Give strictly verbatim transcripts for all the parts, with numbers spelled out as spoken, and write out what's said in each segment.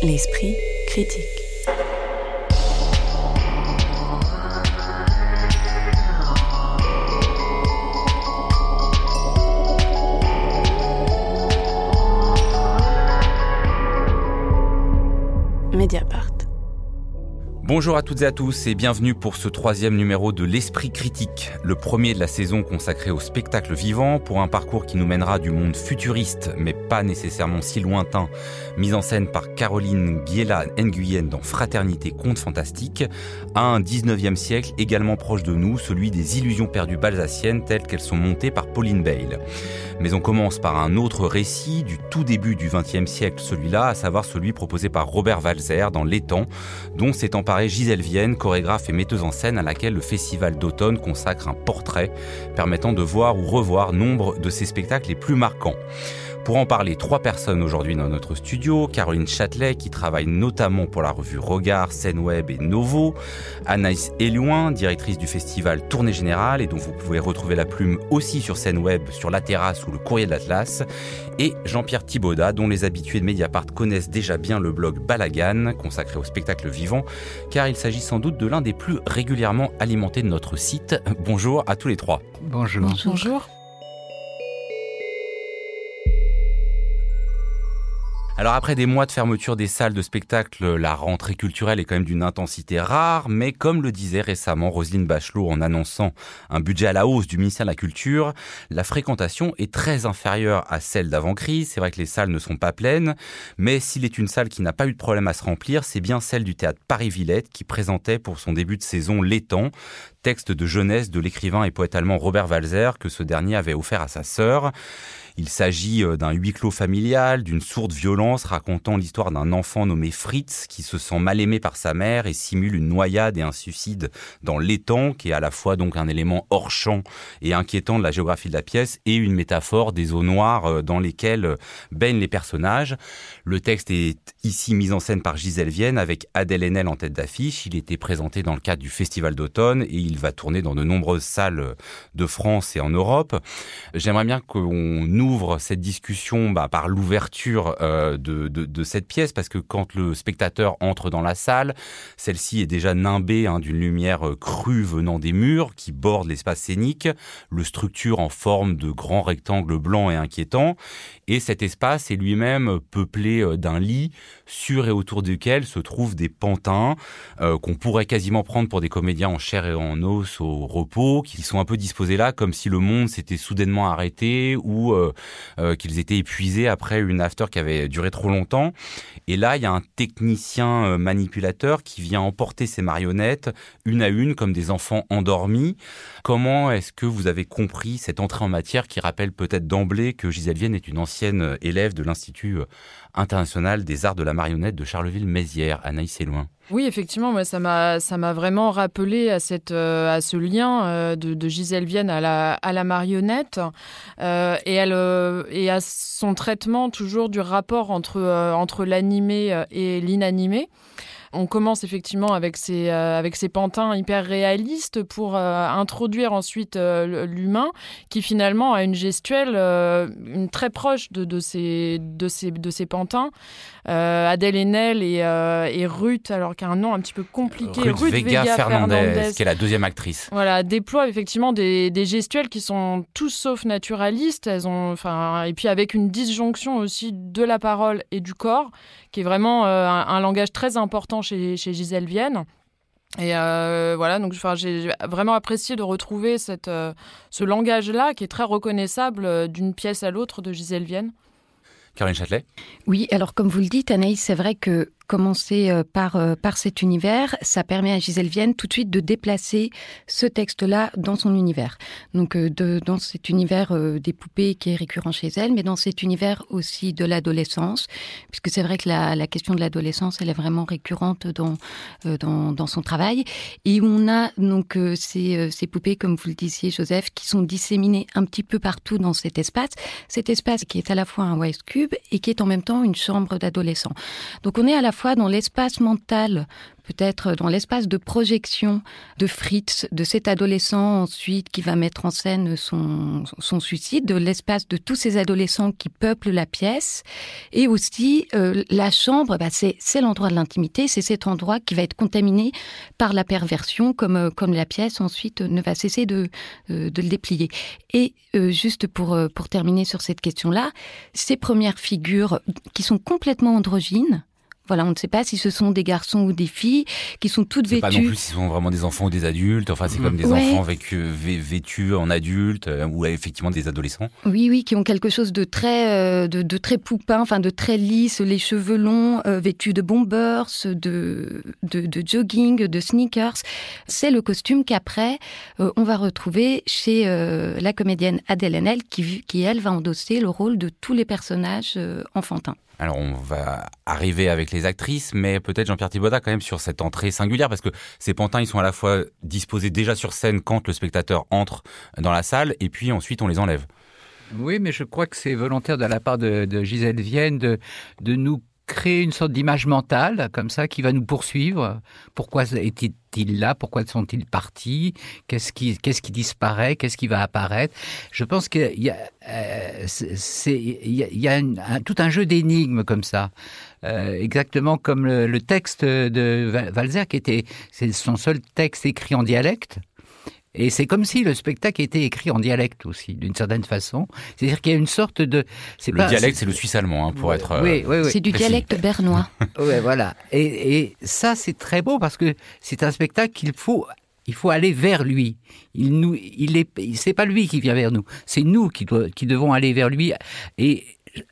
L'esprit critique. Mediapart. Bonjour à toutes et à tous et bienvenue pour ce troisième numéro de l'Esprit critique, le premier de la saison consacré au spectacle vivant pour un parcours qui nous mènera du monde futuriste, mais pas nécessairement si lointain, mis en scène par Caroline Ghiela Nguyen dans Fraternité Contes Fantastiques, à un dix-neuvième siècle également proche de nous, celui des illusions perdues balsaciennes telles qu'elles sont montées par Pauline Bale. Mais on commence par un autre récit du tout début du vingtième siècle, celui-là, à savoir celui proposé par Robert Walser dans L'étang, dont s'est emparé Gisèle Vienne, chorégraphe et metteuse en scène à laquelle le Festival d'automne consacre un portrait permettant de voir ou revoir nombre de ses spectacles les plus marquants. Pour en parler, trois personnes aujourd'hui dans notre studio. Caroline Châtelet, qui travaille notamment pour la revue Regard, Scène Web et Novo. Anaïs Élouin, directrice du festival Tournée Générale et dont vous pouvez retrouver la plume aussi sur Scène Web, sur La Terrasse ou le Courrier de l'Atlas. Et Jean-Pierre Thibaudat, dont les habitués de Mediapart connaissent déjà bien le blog Balagan, consacré au spectacle vivant, car il s'agit sans doute de l'un des plus régulièrement alimentés de notre site. Bonjour à tous les trois. Bonjour. Bonjour. Alors après des mois de fermeture des salles de spectacle, la rentrée culturelle est quand même d'une intensité rare, mais comme le disait récemment Roselyne Bachelot en annonçant un budget à la hausse du ministère de la Culture, la fréquentation est très inférieure à celle d'avant-crise. C'est vrai que les salles ne sont pas pleines, mais s'il est une salle qui n'a pas eu de problème à se remplir, c'est bien celle du théâtre Paris-Villette qui présentait pour son début de saison L'étang, texte de jeunesse de l'écrivain et poète allemand Robert Walser que ce dernier avait offert à sa sœur. Il s'agit d'un huis clos familial, d'une sourde violence racontant l'histoire d'un enfant nommé Fritz qui se sent mal aimé par sa mère et simule une noyade et un suicide dans l'étang, qui est à la fois donc un élément hors champ et inquiétant de la géographie de la pièce et une métaphore des eaux noires dans lesquelles baignent les personnages. Le texte est ici mis en scène par Gisèle Vienne avec Adèle Haenel en tête d'affiche. Il était présenté dans le cadre du Festival d'automne et il va tourner dans de nombreuses salles de France et en Europe. J'aimerais bien qu'on ouvre cette discussion bah, par l'ouverture euh, de, de, de cette pièce, parce que quand le spectateur entre dans la salle, celle-ci est déjà nimbée hein, d'une lumière crue venant des murs qui bordent l'espace scénique, le structure en forme de grands rectangles blancs et inquiétants, et cet espace est lui-même peuplé d'un lit sur et autour duquel se trouvent des pantins euh, qu'on pourrait quasiment prendre pour des comédiens en chair et en os au repos, qui sont un peu disposés là comme si le monde s'était soudainement arrêté ou euh, Euh, qu'ils étaient épuisés après une after qui avait duré trop longtemps. Et là, il y a un technicien euh, manipulateur qui vient emporter ces marionnettes une à une comme des enfants endormis. Comment est-ce que vous avez compris cette entrée en matière qui rappelle peut-être d'emblée que Gisèle Vienne est une ancienne élève de l'Institut international des arts de la marionnette de Charleville-Mézières? Anaïs Élouin. Oui, effectivement, moi, ça m'a, ça m'a vraiment rappelé à, cette, euh, à ce lien euh, de, de Gisèle Vienne à la, à la marionnette euh, et, elle, euh, et à son traitement toujours du rapport entre, euh, entre l'animé et l'inanimé. On commence effectivement avec ces, euh, avec ces pantins hyper réalistes pour euh, introduire ensuite euh, l'humain qui finalement a une gestuelle euh, une très proche de, de, ces, de, ces, de ces pantins. Euh, Adèle Haenel et, euh, et Ruth, alors qui a un nom un petit peu compliqué. Ruth, Ruth Vega, Vega Fernandez, Fernandez, qui est la deuxième actrice. Voilà, déploie effectivement des, des gestuels qui sont tous sauf naturalistes. Elles ont, enfin, et puis avec une disjonction aussi de la parole et du corps, qui est vraiment euh, un, un langage très important chez, chez Gisèle Vienne. Et euh, voilà, donc enfin, j'ai vraiment apprécié de retrouver cette, euh, ce langage-là qui est très reconnaissable euh, d'une pièce à l'autre de Gisèle Vienne. Caroline Châtelet. Oui, alors comme vous le dites, Anaïs, c'est vrai que commencer par, par cet univers, ça permet à Gisèle Vienne tout de suite de déplacer ce texte-là dans son univers. Donc de, dans cet univers des poupées qui est récurrent chez elle, mais dans cet univers aussi de l'adolescence, puisque c'est vrai que la, la question de l'adolescence, elle est vraiment récurrente dans, dans, dans son travail. Et on a donc ces, ces poupées, comme vous le disiez, Joseph, qui sont disséminées un petit peu partout dans cet espace. Cet espace qui est à la fois un Wise Cube et qui est en même temps une chambre d'adolescents. Donc on est à la fois dans l'espace mental, peut-être dans l'espace de projection de Fritz, de cet adolescent ensuite qui va mettre en scène son, son suicide, de l'espace de tous ces adolescents qui peuplent la pièce. Et aussi, euh, la chambre, bah, c'est, c'est l'endroit de l'intimité, c'est cet endroit qui va être contaminé par la perversion, comme, euh, comme la pièce ensuite ne va cesser de, euh, de le déplier. Et euh, juste pour, euh, pour terminer sur cette question-là, ces premières figures qui sont complètement androgynes, voilà, on ne sait pas si ce sont des garçons ou des filles qui sont toutes c'est vêtues. Pas non plus si ce sont vraiment des enfants ou des adultes. Enfin, c'est comme des ouais. enfants vécus, vêtus en adultes euh, ou effectivement des adolescents. Oui, oui, qui ont quelque chose de très, euh, de, de très poupin, enfin de très lisse, les cheveux longs, euh, vêtus de bombers, de, de, de jogging, de sneakers. C'est le costume qu'après euh, on va retrouver chez euh, la comédienne Adèle Haenel, qui, qui elle va endosser le rôle de tous les personnages euh, enfantins. Alors on va arriver avec les actrices, mais peut-être Jean-Pierre Thibaudat quand même sur cette entrée singulière, parce que ces pantins, ils sont à la fois disposés déjà sur scène quand le spectateur entre dans la salle, et puis ensuite on les enlève. Oui, mais je crois que c'est volontaire de la part de, de Gisèle Vienne de, de nous créer une sorte d'image mentale, comme ça, qui va nous poursuivre. Pourquoi est-il là ? Pourquoi sont-ils partis ? Qu'est-ce qui, qu'est-ce qui disparaît ? Qu'est-ce qui va apparaître ? Je pense qu'il y a, euh, c'est, il y a, il y a un, un, tout un jeu d'énigmes comme ça. Euh, exactement comme le, le texte de Walzer, qui était, c'est son seul texte écrit en dialecte. Et c'est comme si le spectacle était écrit en dialecte aussi, d'une certaine façon. C'est-à-dire qu'il y a une sorte de... C'est le pas, dialecte, c'est, c'est le suisse-allemand, hein, pour oui, être... Oui, oui, oui. C'est du précis. dialecte bernois. Oui, voilà. Et, et ça, c'est très beau parce que c'est un spectacle qu'il faut... Il faut aller vers lui. Il nous, il est, c'est pas lui qui vient vers nous. C'est nous qui, doit, qui devons aller vers lui et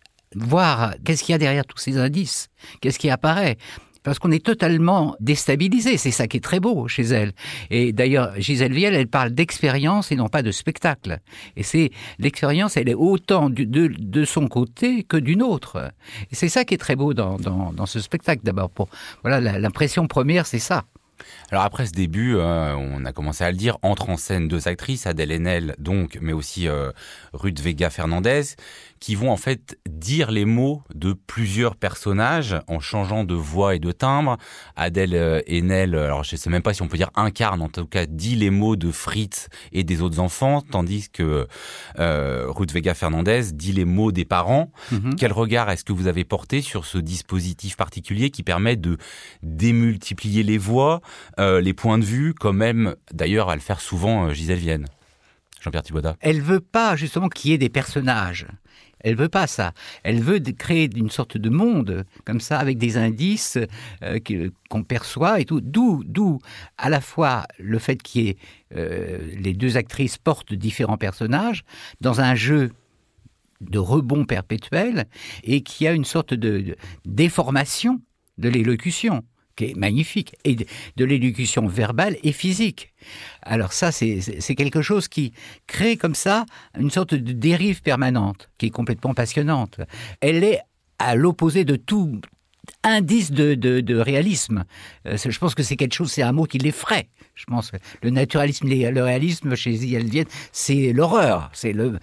voir qu'est-ce qu'il y a derrière tous ces indices. Qu'est-ce qui apparaît. Parce qu'on est totalement déstabilisé. C'est ça qui est très beau chez elle. Et d'ailleurs, Gisèle Vienne, elle parle d'expérience et non pas de spectacle. Et c'est l'expérience, elle est autant du, de, de son côté que d'une autre. Et c'est ça qui est très beau dans, dans, dans ce spectacle. D'abord, pour voilà, la, l'impression première, c'est ça. Alors après ce début, euh, on a commencé à le dire, entrent en scène deux actrices, Adèle Haenel donc, mais aussi euh, Ruth Vega Fernandez, qui vont en fait dire les mots de plusieurs personnages en changeant de voix et de timbre. Adèle Haenel, alors je ne sais même pas si on peut dire incarne, en tout cas dit les mots de Fritz et des autres enfants, tandis que euh, Ruth Vega Fernandez dit les mots des parents. Mm-hmm. Quel regard est-ce que vous avez porté sur ce dispositif particulier qui permet de démultiplier les voix, euh, les points de vue, quand même d'ailleurs à le faire souvent euh, Gisèle Vienne? Jean-Pierre Thibaudat. Elle veut pas justement qu'il y ait des personnages. Elle veut pas ça. Elle veut créer une sorte de monde comme ça avec des indices euh, qu'on perçoit et tout. D'où, d'où à la fois le fait qu'il y ait euh, les deux actrices portent différents personnages dans un jeu de rebond perpétuel et qu'il y a une sorte de, de déformation de l'élocution qui est magnifique, et de l'élocution verbale et physique. Alors ça, c'est, c'est quelque chose qui crée comme ça une sorte de dérive permanente, qui est complètement passionnante. Elle est à l'opposé de tout indice de, de, de réalisme. Euh, je pense que c'est quelque chose, c'est un mot qui l'effraie. Je pense que le naturalisme, le réalisme chez Gisèle Vienne, c'est l'horreur. C'est le...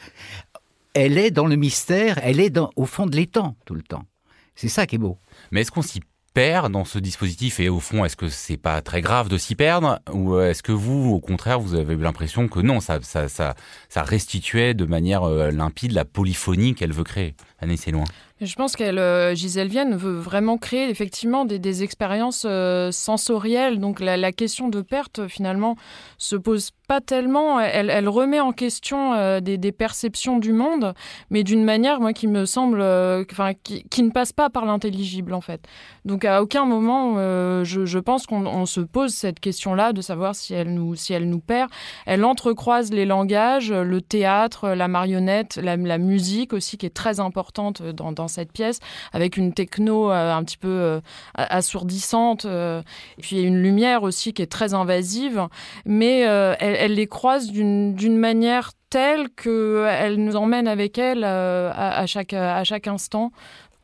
Elle est dans le mystère, elle est dans, au fond de l'étang tout le temps. C'est ça qui est beau. Mais est-ce qu'on s'y perd dans ce dispositif et au fond, est-ce que c'est pas très grave de s'y perdre ou est-ce que vous, au contraire, vous avez eu l'impression que non, ça, ça, ça, ça restituait de manière euh, limpide la polyphonie qu'elle veut créer? Anaïs, c'est loin. Je pense qu'elle, euh, Gisèle Vienne veut vraiment créer effectivement des, des expériences euh, sensorielles. Donc la, la question de perte finalement se pose pas tellement. Elle, elle remet en question euh, des, des perceptions du monde, mais d'une manière, moi, qui me semble, euh, enfin, qui, qui ne passe pas par l'intelligible en fait. Donc à aucun moment, euh, je, je pense qu'on on se pose cette question-là de savoir si elle nous, si elle nous perd. Elle entrecroise les langages, le théâtre, la marionnette, la, la musique aussi, qui est très importante dans, dans cette pièce, avec une techno euh, un petit peu euh, assourdissante, euh, et puis une lumière aussi qui est très invasive, mais euh, elle, elle les croise d'une, d'une manière telle qu'elle nous emmène avec elle euh, à, à, chaque, à chaque instant.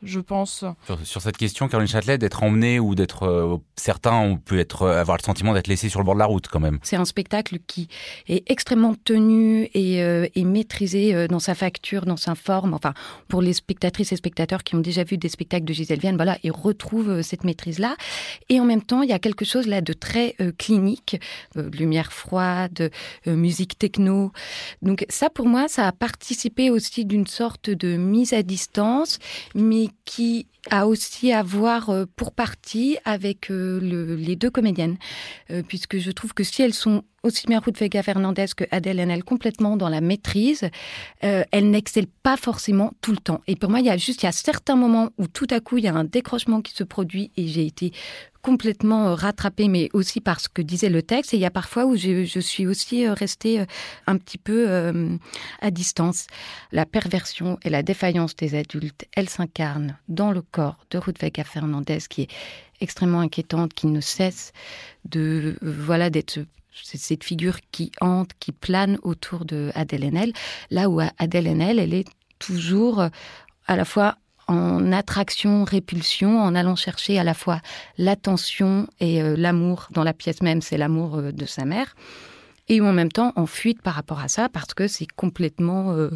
je pense. Sur, sur cette question, Caroline Châtelet, d'être emmené ou d'être... Euh, certains, on peut être, euh, avoir le sentiment d'être laissé sur le bord de la route quand même. C'est un spectacle qui est extrêmement tenu et, euh, et maîtrisé euh, dans sa facture, dans sa forme. Enfin, pour les spectatrices et spectateurs qui ont déjà vu des spectacles de Gisèle Vienne, voilà, ils retrouvent euh, cette maîtrise-là. Et en même temps, il y a quelque chose là de très euh, clinique, euh, lumière froide, euh, musique techno. Donc ça, pour moi, ça a participé aussi d'une sorte de mise à distance, mais qui a aussi à voir euh, pour partie avec euh, le, les deux comédiennes, euh, puisque je trouve que si elles sont aussi bien Ruth Vega Fernandez que Adèle Haenel complètement dans la maîtrise, euh, elles n'excellent pas forcément tout le temps. Et pour moi, il y a juste il y a certains moments où tout à coup il y a un décrochement qui se produit et j'ai été complètement rattrapée, mais aussi par ce que disait le texte. Et il y a parfois où je, je suis aussi restée un petit peu euh, à distance. La perversion et la défaillance des adultes, elles s'incarnent dans le corps de Ruth Vega Fernandez, qui est extrêmement inquiétante, qui ne cesse de euh, voilà d'être cette figure qui hante, qui plane autour de Adèle Haenel. Là où Adèle Haenel, elle est toujours à la fois en attraction, répulsion, en allant chercher à la fois l'attention et euh, l'amour. Dans la pièce même, c'est l'amour euh, de sa mère. Et en même temps, en fuite par rapport à ça, parce que c'est complètement euh,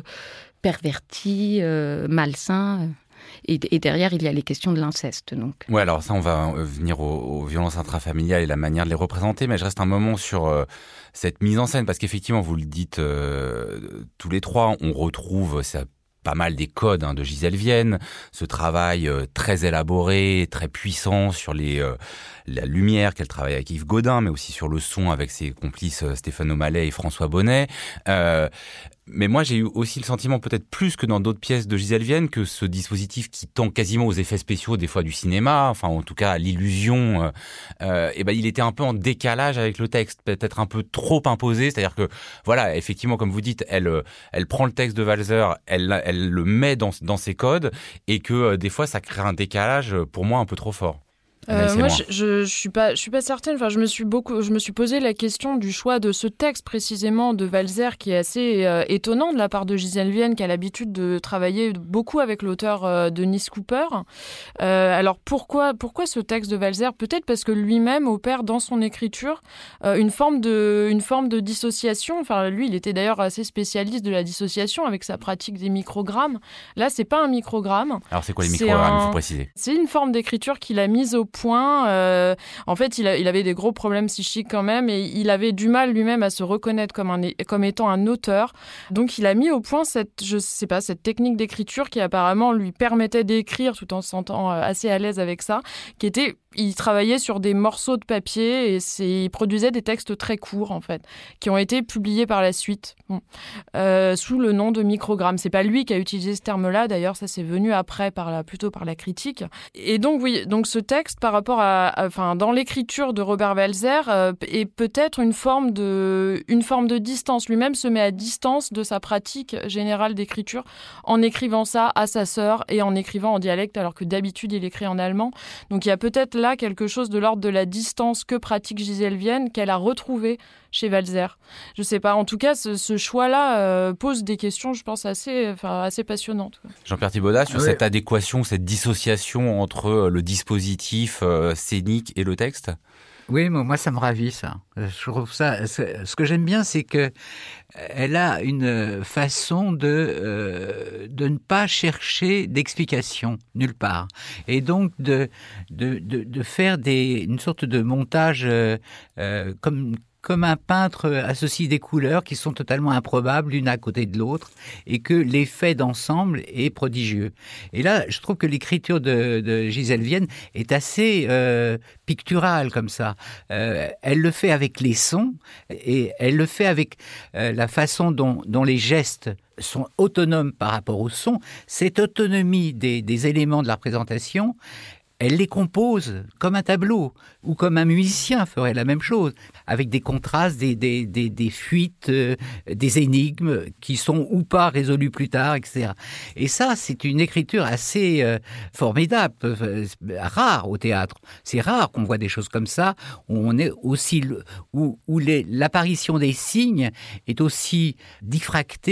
perverti, euh, malsain. Et, et derrière, il y a les questions de l'inceste. Donc. Ouais, alors ça, on va venir aux, aux violences intrafamiliales et la manière de les représenter, mais je reste un moment sur euh, cette mise en scène, parce qu'effectivement, vous le dites euh, tous les trois, on retrouve ça. Pas mal des codes hein, de Gisèle Vienne, ce travail euh, très élaboré, très puissant sur les euh, la lumière qu'elle travaille avec Yves Gaudin, mais aussi sur le son avec ses complices euh, Stéphane O'Malley et François Bonnet. Euh, mais moi, j'ai eu aussi le sentiment, peut-être plus que dans d'autres pièces de Gisèle Vienne, que ce dispositif qui tend quasiment aux effets spéciaux, des fois du cinéma, enfin en tout cas à l'illusion, euh, euh, et ben il était un peu en décalage avec le texte, peut-être un peu trop imposé. C'est-à-dire que voilà, effectivement, comme vous dites, elle elle prend le texte de Walser, elle elle le met dans dans ses codes, et que euh, des fois ça crée un décalage pour moi un peu trop fort. Euh, moi, je, je, je suis pas, je suis pas certaine. Enfin, je me suis beaucoup, je me suis posé la question du choix de ce texte précisément de Walser, qui est assez euh, étonnant de la part de Gisèle Vienne, qui a l'habitude de travailler beaucoup avec l'auteur euh, Denis Cooper. Euh, alors pourquoi, pourquoi ce texte de Walser ? Peut-être parce que lui-même opère dans son écriture euh, une forme de, une forme de dissociation. Enfin, lui, il était d'ailleurs assez spécialiste de la dissociation avec sa pratique des microgrammes. Là, c'est pas un microgramme. Alors, c'est quoi les microgrammes ? Il un... faut préciser. C'est une forme d'écriture qu'il a mise au point. Euh, en fait, il, a, il avait des gros problèmes psychiques quand même et il avait du mal lui-même à se reconnaître comme, un, comme étant un auteur. Donc, il a mis au point cette, je sais pas, cette technique d'écriture qui apparemment lui permettait d'écrire tout en se sentant assez à l'aise avec ça, qui était... Il travaillait sur des morceaux de papier et c'est, il produisait des textes très courts, en fait, qui ont été publiés par la suite, bon, euh, sous le nom de microgramme. C'est pas lui qui a utilisé ce terme-là, d'ailleurs, ça c'est venu après, par la, plutôt par la critique. Et donc, oui, donc ce texte, par rapport à, à enfin, dans l'écriture de Robert Walser, euh, est peut-être une forme de, une forme de distance. Lui-même se met à distance de sa pratique générale d'écriture en écrivant ça à sa sœur et en écrivant en dialecte, alors que d'habitude, il écrit en allemand. Donc, il y a peut-être là quelque chose de l'ordre de la distance que pratique Gisèle Vienne, qu'elle a retrouvé chez Walser. Je sais pas, en tout cas, ce, ce choix-là euh, pose des questions, je pense, assez, enfin, assez passionnantes. Jean-Pierre Thibaudat, sur oui. cette adéquation, cette dissociation entre le dispositif euh, scénique et le texte ? Oui, moi ça me ravit ça. Je trouve ça. Ce que j'aime bien, c'est que elle a une façon de euh, de ne pas chercher d'explication nulle part, et donc de de de, de faire des une sorte de montage euh, euh, comme comme un peintre associe des couleurs qui sont totalement improbables l'une à côté de l'autre et que l'effet d'ensemble est prodigieux. Et là, je trouve que l'écriture de, de Gisèle Vienne est assez euh, picturale comme ça. Euh, elle le fait avec les sons et elle le fait avec euh, la façon dont, dont les gestes sont autonomes par rapport au son. Cette autonomie des, des éléments de la représentation, elle les compose comme un tableau, ou comme un musicien ferait la même chose, avec des contrastes, des, des, des, des fuites, euh, des énigmes qui sont ou pas résolues plus tard, et cetera. Et ça, c'est une écriture assez euh, formidable, euh, rare au théâtre. C'est rare qu'on voit des choses comme ça, où on est aussi, où, où les, l'apparition des signes est aussi diffractée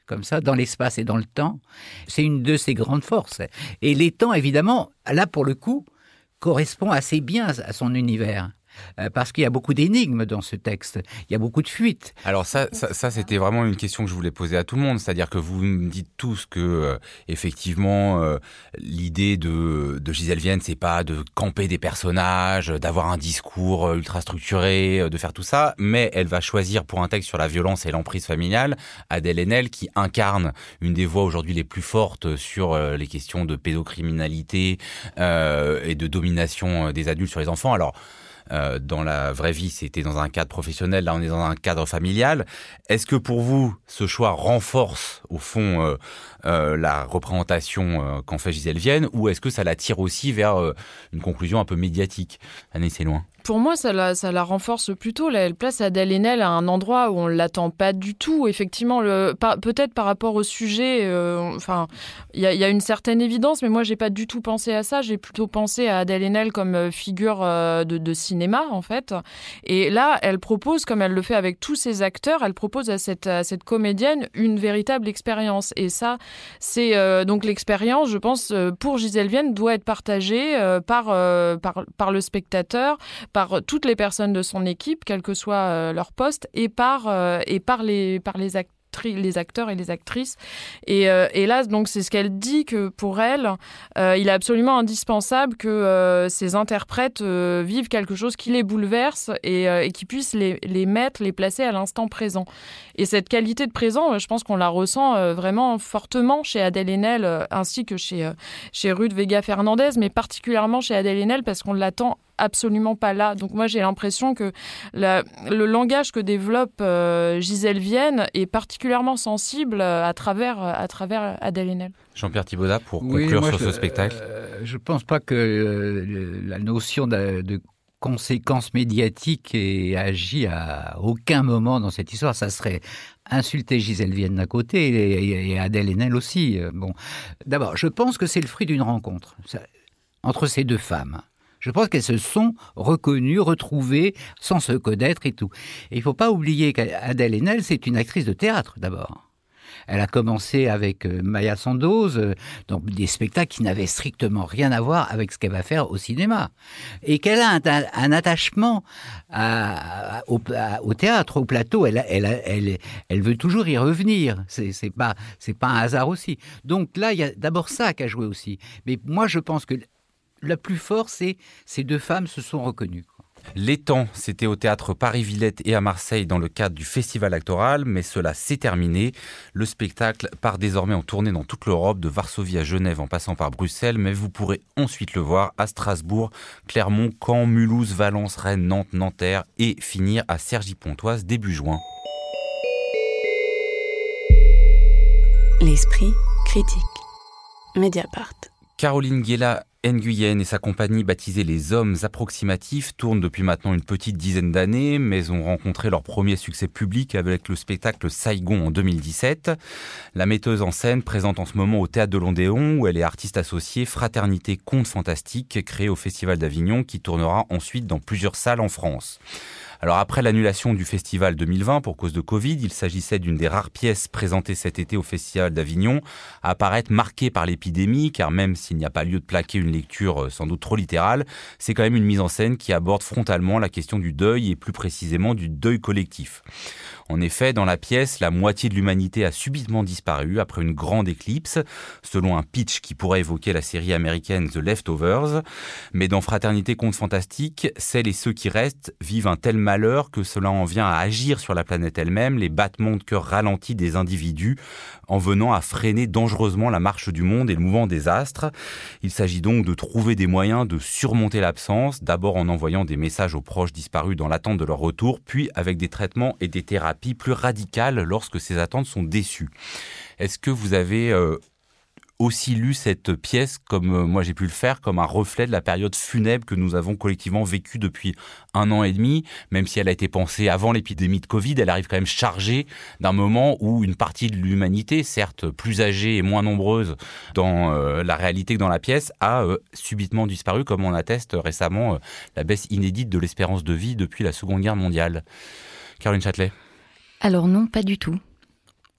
comme ça, dans l'espace et dans le temps. C'est une de ses grandes forces. Et l'étang, évidemment, là, pour le coup, correspond assez bien à son univers. Parce qu'il y a beaucoup d'énigmes dans ce texte, il y a beaucoup de fuites. Alors ça, ça, ça c'était vraiment une question que je voulais poser à tout le monde, c'est-à-dire que vous me dites tous que euh, effectivement euh, l'idée de, de Gisèle Vienne, c'est pas de camper des personnages, d'avoir un discours ultra structuré, de faire tout ça, mais elle va choisir pour un texte sur la violence et l'emprise familiale Adèle Haenel, qui incarne une des voix aujourd'hui les plus fortes sur euh, les questions de pédocriminalité euh, et de domination des adultes sur les enfants. Alors Euh, dans la vraie vie, c'était dans un cadre professionnel, là on est dans un cadre familial. Est-ce que pour vous, ce choix renforce au fond euh, euh, la représentation euh, qu'en fait Gisèle Vienne, ou est-ce que ça la tire aussi vers euh, une conclusion un peu médiatique? Annie, c'est loin. Pour moi, ça la, ça la renforce plutôt. Là, elle place Adèle Haenel à un endroit où on ne l'attend pas du tout. Effectivement, le, par, peut-être par rapport au sujet, euh, enfin, il y, y a une certaine évidence, mais moi, je n'ai pas du tout pensé à ça. J'ai plutôt pensé à Adèle Haenel comme figure euh, de, de cinéma, en fait. Et là, elle propose, comme elle le fait avec tous ses acteurs, elle propose à cette, à cette comédienne une véritable expérience. Et ça, c'est euh, donc l'expérience, je pense, pour Gisèle Vienne, doit être partagée euh, par, euh, par, par le spectateur, par toutes les personnes de son équipe, quel que soit euh, leur poste, et par, euh, et par, les, par les, actri- les acteurs et les actrices. Et, euh, et là, donc, c'est ce qu'elle dit, que pour elle, euh, il est absolument indispensable que euh, ces interprètes euh, vivent quelque chose qui les bouleverse et, euh, et qui puissent les, les mettre, les placer à l'instant présent. Et cette qualité de présent, je pense qu'on la ressent euh, vraiment fortement chez Adèle Haenel, euh, ainsi que chez, euh, chez Ruth Vega Fernandez, mais particulièrement chez Adèle Haenel, parce qu'on l'attend absolument pas là. Donc moi, j'ai l'impression que la, le langage que développe euh, Gisèle Vienne est particulièrement sensible à travers, à travers Adèle Haenel. Jean-Pierre Thibaudat, pour Oui, conclure moi, sur je, ce spectacle. Euh, je pense pas que euh, la notion de, de conséquences médiatiques ait agi à aucun moment dans cette histoire. Ça serait insulter Gisèle Vienne d'un côté et, et Adèle Haenel aussi. Bon, d'abord, je pense que c'est le fruit d'une rencontre ça, entre ces deux femmes. Je pense qu'elles se sont reconnues, retrouvées, sans se connaître et tout. Et il ne faut pas oublier qu'Adèle Haenel, c'est une actrice de théâtre, d'abord. Elle a commencé avec Maya Sandoz, dans des spectacles qui n'avaient strictement rien à voir avec ce qu'elle va faire au cinéma. Et qu'elle a un, un attachement à, au, à, au théâtre, au plateau. Elle, elle, elle, elle veut toujours y revenir. C'est, c'est pas, c'est pas un hasard aussi. Donc là, il y a d'abord ça qu'a joué aussi. Mais moi, je pense que la plus forte, c'est ces deux femmes se sont reconnues. L'étang, c'était au théâtre Paris-Villette et à Marseille dans le cadre du festival actoral, mais cela s'est terminé. Le spectacle part désormais en tournée dans toute l'Europe, de Varsovie à Genève en passant par Bruxelles, mais vous pourrez ensuite le voir à Strasbourg, Clermont, Caen, Mulhouse, Valence, Rennes, Nantes, Nanterre et finir à Cergy-Pontoise début juin. L'esprit critique. Mediapart. Caroline Guéla Nguyen et sa compagnie baptisée Les Hommes Approximatifs tournent depuis maintenant une petite dizaine d'années, mais ont rencontré leur premier succès public avec le spectacle Saigon en deux mille dix-sept. La metteuse en scène présente en ce moment au Théâtre de l'Odéon, où elle est artiste associée, Fraternité Contes Fantastiques, créée au Festival d'Avignon, qui tournera ensuite dans plusieurs salles en France. Alors après l'annulation du festival deux mille vingt pour cause de Covid, il s'agissait d'une des rares pièces présentées cet été au Festival d'Avignon à apparaître marquée par l'épidémie, car même s'il n'y a pas lieu de plaquer une lecture sans doute trop littérale, c'est quand même une mise en scène qui aborde frontalement la question du deuil et plus précisément du deuil collectif. En effet, dans la pièce, la moitié de l'humanité a subitement disparu après une grande éclipse, selon un pitch qui pourrait évoquer la série américaine The Leftovers. Mais dans Fraternité Contes Fantastiques, celles et ceux qui restent vivent un tel malheur que cela en vient à agir sur la planète elle-même, les battements de cœur ralentis des individus, en venant à freiner dangereusement la marche du monde et le mouvement des astres. Il s'agit donc de trouver des moyens de surmonter l'absence, d'abord en envoyant des messages aux proches disparus dans l'attente de leur retour, puis avec des traitements et des thérapies plus radicales lorsque ces attentes sont déçues. Est-ce que vous avez euh, aussi lu cette pièce, comme euh, moi j'ai pu le faire, comme un reflet de la période funèbre que nous avons collectivement vécue depuis un an et demi, même si elle a été pensée avant l'épidémie de Covid, elle arrive quand même chargée d'un moment où une partie de l'humanité, certes plus âgée et moins nombreuse dans euh, la réalité que dans la pièce, a euh, subitement disparu, comme on atteste récemment euh, la baisse inédite de l'espérance de vie depuis la Seconde Guerre mondiale. Caroline Châtelet. Alors non, pas du tout.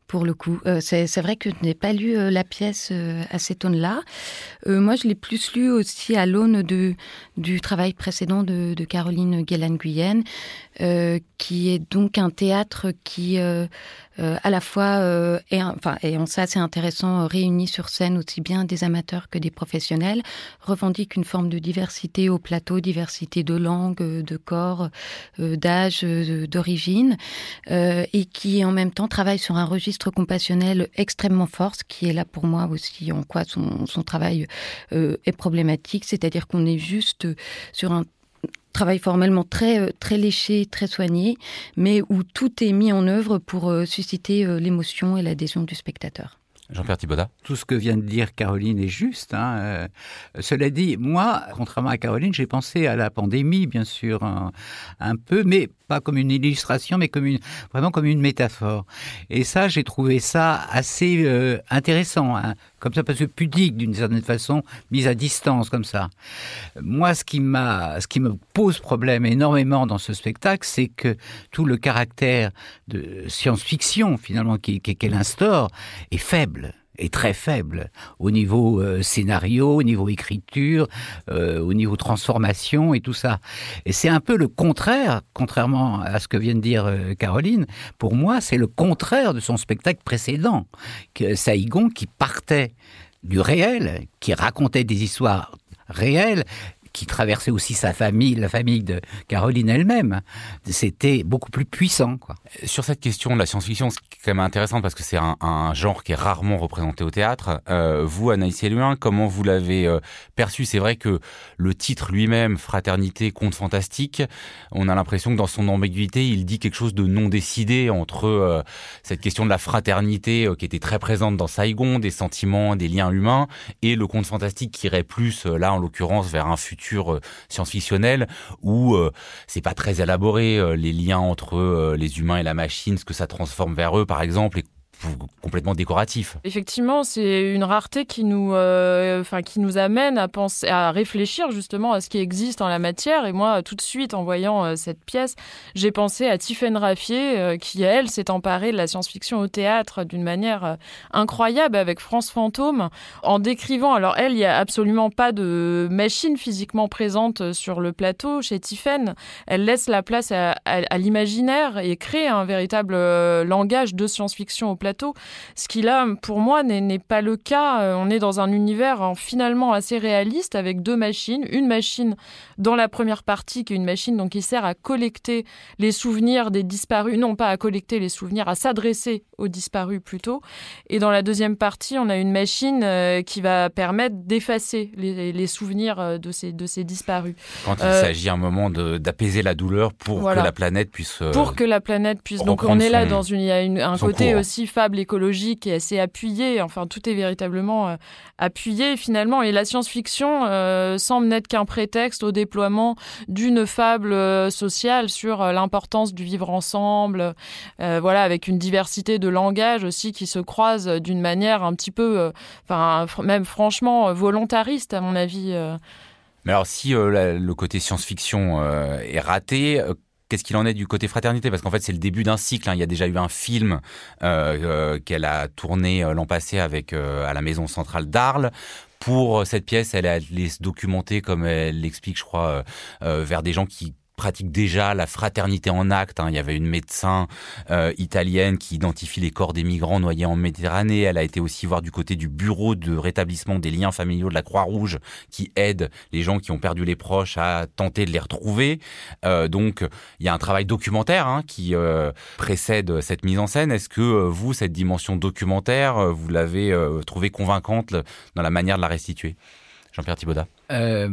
pour le coup. Euh, c'est, c'est vrai que je n'ai pas lu euh, la pièce euh, à cet aune-là. Euh, moi, je l'ai plus lu aussi à l'aune de, du travail précédent de, de Caroline Guélan-Guyenne, euh, qui est donc un théâtre qui, euh, euh, à la fois, euh, est, enfin, et en ça c'est intéressant, euh, réunit sur scène aussi bien des amateurs que des professionnels, revendique une forme de diversité au plateau, diversité de langue, de corps, euh, d'âge, euh, d'origine, euh, et qui en même temps travaille sur un registre compassionnel extrêmement fort, ce qui est là pour moi aussi en quoi son, son travail euh, est problématique, c'est-à-dire qu'on est juste sur un travail formellement très, très léché, très soigné, mais où tout est mis en œuvre pour euh, susciter euh, l'émotion et l'adhésion du spectateur. Jean-Pierre Thibaudat. Tout ce que vient de dire Caroline est juste. Hein. Euh, cela dit, moi, contrairement à Caroline, j'ai pensé à la pandémie, bien sûr, un, un peu, mais pas comme une illustration, mais comme une, vraiment comme une métaphore. Et ça, j'ai trouvé ça assez euh, intéressant, hein, comme ça, parce que pudique, d'une certaine façon, mise à distance, comme ça. Moi, ce qui m'a, ce qui me pose problème énormément dans ce spectacle, c'est que tout le caractère de science-fiction, finalement, qu'elle instaure, est faible. Est très faible au niveau euh, scénario, au niveau écriture, euh, au niveau transformation et tout ça. Et c'est un peu le contraire, contrairement à ce que vient de dire euh, Caroline, pour moi c'est le contraire de son spectacle précédent, que Saïgon qui partait du réel, qui racontait des histoires réelles, qui traversait aussi sa famille, la famille de Caroline elle-même. C'était beaucoup plus puissant, quoi. Sur cette question de la science-fiction, c'est quand même intéressant parce que c'est un, un genre qui est rarement représenté au théâtre. Euh, vous, Anaïs Eluin, comment vous l'avez euh, perçu ? C'est vrai que le titre lui-même, Fraternité, conte fantastique, on a l'impression que dans son ambiguïté, il dit quelque chose de non décidé entre euh, cette question de la fraternité euh, qui était très présente dans Saïgon, des sentiments, des liens humains, et le conte fantastique qui irait plus, euh, là en l'occurrence, vers un futur science-fictionnel où euh, c'est pas très élaboré, euh, les liens entre euh, les humains et la machine, ce que ça transforme vers eux par exemple, et complètement décoratif. Effectivement, c'est une rareté qui nous, euh, enfin, qui nous amène à penser, à réfléchir justement à ce qui existe en la matière. Et moi, tout de suite, en voyant euh, cette pièce, j'ai pensé à Tiffaine Raffier, euh, qui, elle, s'est emparée de la science-fiction au théâtre d'une manière euh, incroyable avec France Fantôme, en décrivant, alors elle, il n'y a absolument pas de machine physiquement présente sur le plateau. Chez Tiffaine, elle laisse la place à, à, à l'imaginaire et crée un véritable euh, langage de science-fiction au plateau. Ce qui là, pour moi, n'est, n'est pas le cas. On est dans un univers hein, finalement assez réaliste avec deux machines. Une machine dans la première partie qui est une machine donc, qui sert à collecter les souvenirs des disparus, non pas à collecter les souvenirs, à s'adresser aux disparus plutôt. Et dans la deuxième partie, on a une machine euh, qui va permettre d'effacer les, les souvenirs de ces, de ces disparus. Quand il euh, s'agit à un moment de, d'apaiser la douleur pour voilà. que la planète puisse euh, Pour que la planète puisse... Donc on est là son, dans une... Il y a une, un côté cours. aussi fable écologique et assez appuyé. Enfin, tout est véritablement euh, appuyé finalement. Et la science-fiction euh, semble n'être qu'un prétexte au déploiement d'une fable euh, sociale sur euh, l'importance du vivre ensemble. Euh, voilà, avec une diversité de langage aussi qui se croisent d'une manière un petit peu, euh, enfin, fr- même franchement volontariste à mon avis. Euh. Mais alors, si euh, la, le côté science-fiction euh, est raté, euh, qu'est-ce qu'il en est du côté fraternité ? Parce qu'en fait, c'est le début d'un cycle. Hein. Il y a déjà eu un film euh, euh, qu'elle a tourné euh, l'an passé avec euh, à la Maison Centrale d'Arles. Pour cette pièce, elle est allée se documenter, comme elle l'explique, je crois, euh, euh, vers des gens qui pratique déjà la fraternité en acte. Hein. Il y avait une médecin euh, italienne qui identifie les corps des migrants noyés en Méditerranée. Elle a été aussi voir du côté du bureau de rétablissement des liens familiaux de la Croix-Rouge qui aide les gens qui ont perdu les proches à tenter de les retrouver. Euh, donc, il y a un travail documentaire hein, qui euh, précède cette mise en scène. Est-ce que euh, vous, cette dimension documentaire, vous l'avez euh, trouvée convaincante dans la manière de la restituer ? Jean-Pierre Thibaudat. Euh...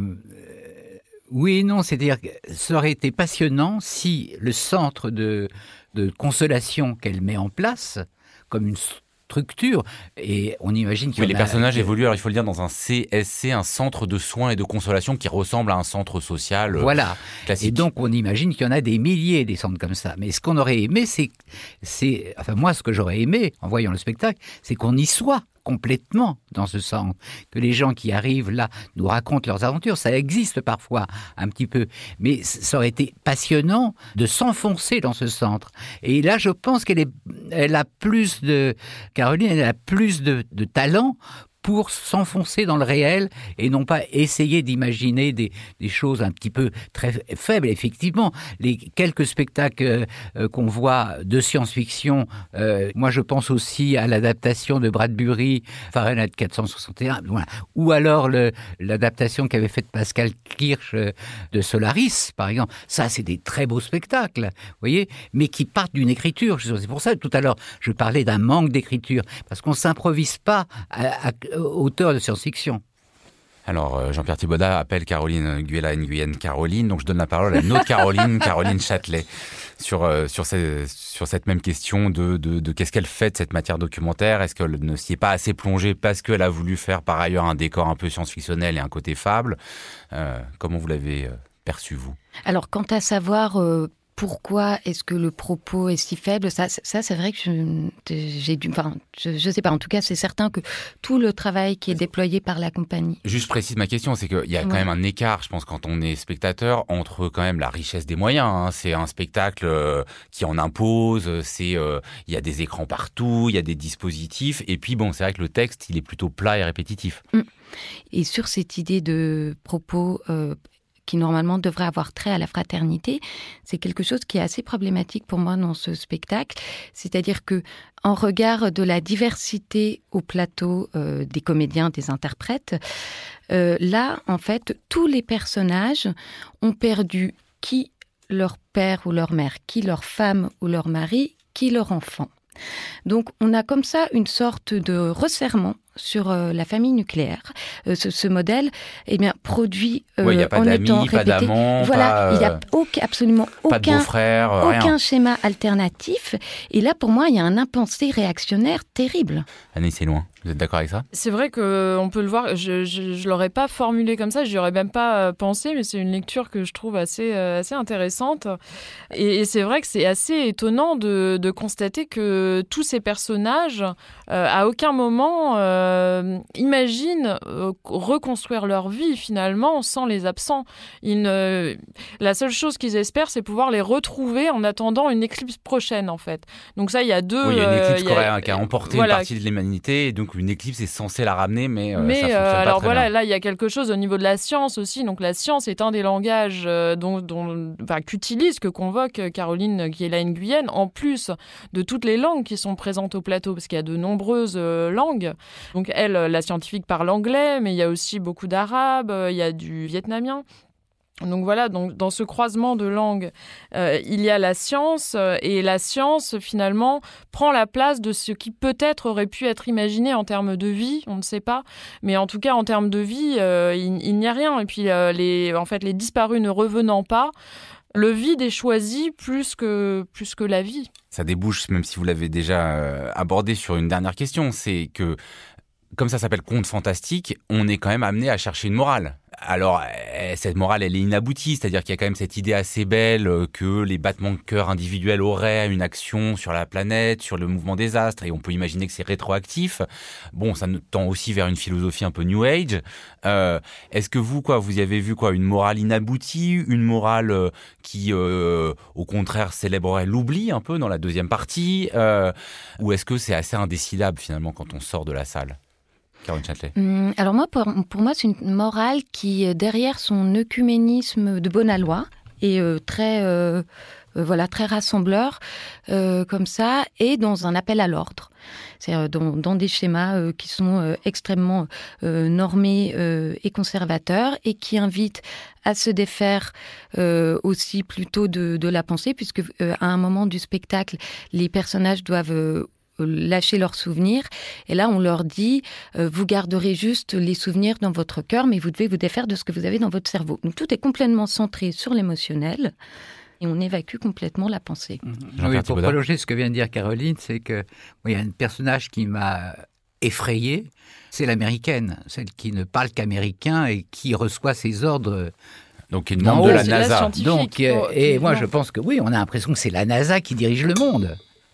Oui et non, c'est-à-dire que ça aurait été passionnant si le centre de, de consolation qu'elle met en place, comme une structure, et on imagine qu'il y oui, en les a... personnages évoluent, alors il faut le dire, dans un C S C, un centre de soins et de consolation qui ressemble à un centre social voilà. classique. Et donc on imagine qu'il y en a des milliers des centres comme ça. Mais ce qu'on aurait aimé, c'est, c'est... Enfin moi, ce que j'aurais aimé, en voyant le spectacle, c'est qu'on y soit. complètement dans ce centre, que les gens qui arrivent là nous racontent leurs aventures. Ça existe parfois un petit peu, mais ça aurait été passionnant de s'enfoncer dans ce centre. Et là, je pense qu'elle est, elle a plus de, Caroline, elle a plus de, de talent pour s'enfoncer dans le réel et non pas essayer d'imaginer des, des choses un petit peu très faibles. Effectivement, les quelques spectacles euh, qu'on voit de science-fiction, euh, moi je pense aussi à l'adaptation de Bradbury, Fahrenheit quatre cent soixante et un, voilà. Ou alors le, l'adaptation qu'avait faite Pascal Kirsch euh, de Solaris, par exemple. Ça, c'est des très beaux spectacles, vous voyez, mais qui partent d'une écriture. C'est pour ça que tout à l'heure, je parlais d'un manque d'écriture, parce qu'on ne s'improvise pas à, à auteur de science-fiction. Alors, Jean-Pierre Thibaudat appelle Caroline Guyéla Nguyen Caroline, donc je donne la parole à une autre Caroline, Caroline Châtelet, sur, euh, sur, ces, sur cette même question de, de, de qu'est-ce qu'elle fait de cette matière documentaire. Est-ce qu'elle ne s'y est pas assez plongée parce qu'elle a voulu faire par ailleurs un décor un peu science-fictionnel et un côté fable. Euh, comment vous l'avez euh, perçu, vous ? Alors, quant à savoir... Euh... Pourquoi est-ce que le propos est si faible ? Ça, ça c'est vrai que je, j'ai dû... Enfin, je ne sais pas. En tout cas, c'est certain que tout le travail qui est déployé par la compagnie... Juste précise ma question, c'est qu'il y a quand ouais. même un écart, je pense, quand on est spectateur, entre quand même la richesse des moyens. Hein. C'est un spectacle euh, qui en impose, c'est, euh, il y a des écrans partout, il y a des dispositifs. Et puis, bon, c'est vrai que le texte, il est plutôt plat et répétitif. Et sur cette idée de propos... Euh, qui normalement devrait avoir trait à la fraternité, c'est quelque chose qui est assez problématique pour moi dans ce spectacle. C'est-à-dire que, en regard de la diversité au plateau euh, des comédiens, des interprètes, euh, là, en fait, tous les personnages ont perdu qui leur père ou leur mère, qui leur femme ou leur mari, qui leur enfant. Donc, on a comme ça une sorte de resserrement sur euh, la famille nucléaire. Euh, ce, ce modèle, eh bien, produit euh, ouais, y a pas en d'amis, étant répété. Pas d'amants, voilà, pas, il n'y a aucun, absolument pas aucun, de beau-frère, aucun rien. schéma alternatif. Et là, pour moi, il y a un impensé réactionnaire terrible. Annie, c'est loin. Vous êtes d'accord avec ça ? C'est vrai qu'on peut le voir. Je ne l'aurais pas formulé comme ça, je n'y aurais même pas pensé, mais c'est une lecture que je trouve assez, euh, assez intéressante. Et, et c'est vrai que c'est assez étonnant de, de constater que tous ces personnages, euh, à aucun moment, euh, imaginent euh, reconstruire leur vie finalement sans les absents. Ils ne... La seule chose qu'ils espèrent, c'est pouvoir les retrouver en attendant une éclipse prochaine, en fait. Donc ça, il y a deux... Oui, il y a une éclipse euh, a... qui a emporté voilà. une partie de l'humanité, et donc une éclipse est censée la ramener, mais, euh, mais ça fonctionne euh, pas alors très voilà, bien. Là, il y a quelque chose au niveau de la science aussi. Donc la science est un des langages euh, dont, dont, enfin, qu'utilise, que convoque Caroline Guyéla Nguyen, en plus de toutes les langues qui sont présentes au plateau, parce qu'il y a de nombreuses euh, langues. Donc elle, la scientifique, parle anglais, mais il y a aussi beaucoup d'arabe, euh, il y a du vietnamien. Donc voilà, donc dans ce croisement de langues, euh, il y a la science, euh, et la science, finalement, prend la place de ce qui peut-être aurait pu être imaginé en termes de vie, on ne sait pas, mais en tout cas, en termes de vie, euh, il, il n'y a rien. Et puis, euh, les, en fait, les disparus ne revenant pas, le vide est choisi plus que, plus que la vie. Ça débouche, même si vous l'avez déjà euh, abordé, sur une dernière question, c'est que, comme ça s'appelle conte fantastique, on est quand même amené à chercher une morale. Alors, cette morale, elle est inaboutie, c'est-à-dire qu'il y a quand même cette idée assez belle que les battements de cœur individuels auraient une action sur la planète, sur le mouvement des astres, et on peut imaginer que c'est rétroactif. Bon, ça tend aussi vers une philosophie un peu New Age. Euh, est-ce que vous, quoi, vous y avez vu quoi, une morale inaboutie, une morale qui, euh, au contraire, célébrerait l'oubli un peu dans la deuxième partie, euh, ou est-ce que c'est assez indécidable finalement quand on sort de la salle ? Caroline Châtelet. Alors moi, pour, pour moi, c'est une morale qui, derrière son œcuménisme de bonne aloi, est euh, très, euh, euh, voilà, très rassembleur, euh, comme ça, et dans un appel à l'ordre. C'est-à-dire dans, dans des schémas euh, qui sont euh, extrêmement euh, normés euh, et conservateurs, et qui invitent à se défaire euh, aussi plutôt de, de la pensée, puisque euh, à un moment du spectacle, les personnages doivent... Euh, lâcher leurs souvenirs. Et là, on leur dit, euh, vous garderez juste les souvenirs dans votre cœur, mais vous devez vous défaire de ce que vous avez dans votre cerveau. Donc, tout est complètement centré sur l'émotionnel et on évacue complètement la pensée. Mmh. Oui, pour prolonger ce que vient de dire Caroline, c'est que il y a un personnage qui m'a effrayé, c'est l'américaine, celle qui ne parle qu'américain et qui reçoit ses ordres. Donc, une membre de la NASA. La Donc, et, et moi, je pense que oui, on a l'impression que c'est la NASA qui dirige le monde.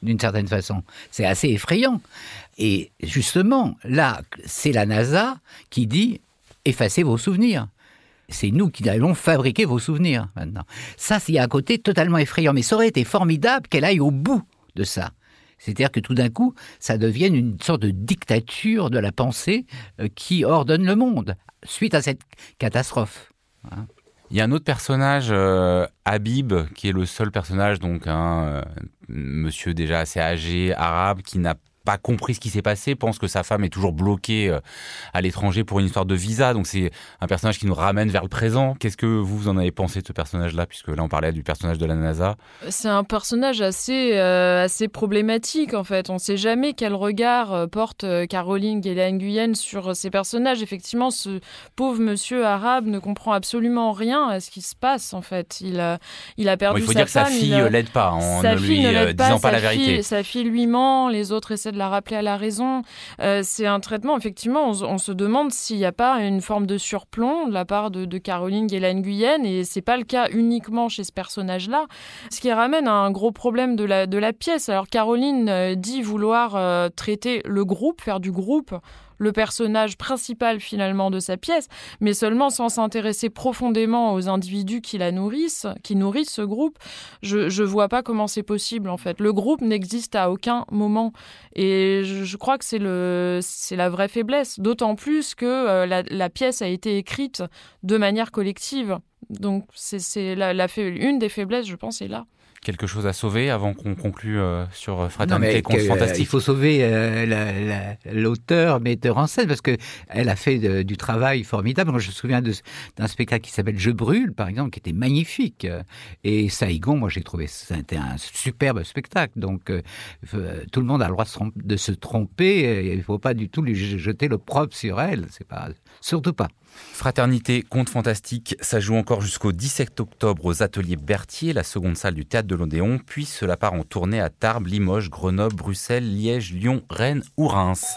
d'une certaine façon. C'est assez effrayant. Et justement, là, c'est la NASA qui dit « effacez vos souvenirs ». C'est nous qui allons fabriquer vos souvenirs maintenant. Ça, il y a un côté totalement effrayant. Mais ça aurait été formidable qu'elle aille au bout de ça. C'est-à-dire que tout d'un coup, ça devienne une sorte de dictature de la pensée qui ordonne le monde suite à cette catastrophe. Hein. Il y a un autre personnage, euh, Habib, qui est le seul personnage, donc un euh, monsieur déjà assez âgé, arabe, qui n'a pas compris ce qui s'est passé, pense que sa femme est toujours bloquée euh, à l'étranger pour une histoire de visa. Donc c'est un personnage qui nous ramène vers le présent. Qu'est-ce que vous, vous en avez pensé de ce personnage-là, puisque là on parlait du personnage de la NASA? C'est un personnage assez, euh, assez problématique en fait. On ne sait jamais quel regard euh, porte euh, Caroline Guélain-Guyenne sur ces personnages. Effectivement, ce pauvre monsieur arabe ne comprend absolument rien à ce qui se passe en fait. Il a, il a perdu bon, il faut sa dire femme. que sa fille a... l'aide pas en sa ne fille lui ne l'aide euh, disant pas, pas la sa vérité. Fille, sa fille lui ment, les autres essaient de la rappeler à la raison. Euh, c'est un traitement, effectivement, on, on se demande s'il n'y a pas une forme de surplomb de la part de, de Caroline Guélain-Guyenne, et c'est pas le cas uniquement chez ce personnage-là, ce qui ramène à un gros problème de la, de la pièce. Alors Caroline euh, dit vouloir euh, traiter le groupe, faire du groupe, le personnage principal finalement de sa pièce, mais seulement sans s'intéresser profondément aux individus qui la nourrissent, qui nourrissent ce groupe. Je je vois pas comment c'est possible en fait. Le groupe n'existe à aucun moment, et je, je crois que c'est le c'est la vraie faiblesse. D'autant plus que euh, la, la pièce a été écrite de manière collective. Donc c'est c'est la, la une des faiblesses, je pense, est là. Quelque chose à sauver avant qu'on conclue euh, sur Fraternité contre euh, Fantastique? Il faut sauver euh, la, la, l'auteur, metteur en scène, parce qu'elle a fait de, du travail formidable. Moi, je me souviens de, d'un spectacle qui s'appelle Je brûle, par exemple, qui était magnifique. Et Saïgon, moi, j'ai trouvé c'était un superbe spectacle. Donc, euh, tout le monde a le droit de se tromper. De se tromper. Il ne faut pas du tout lui jeter l'opprobre sur elle. C'est pas, surtout pas. Fraternité contre Fantastique, ça joue encore jusqu'au dix-sept octobre aux Ateliers Berthier, la seconde salle du Théâtre de l'Odéon, puis cela part en tournée à Tarbes, Limoges, Grenoble, Bruxelles, Liège, Lyon, Rennes ou Reims.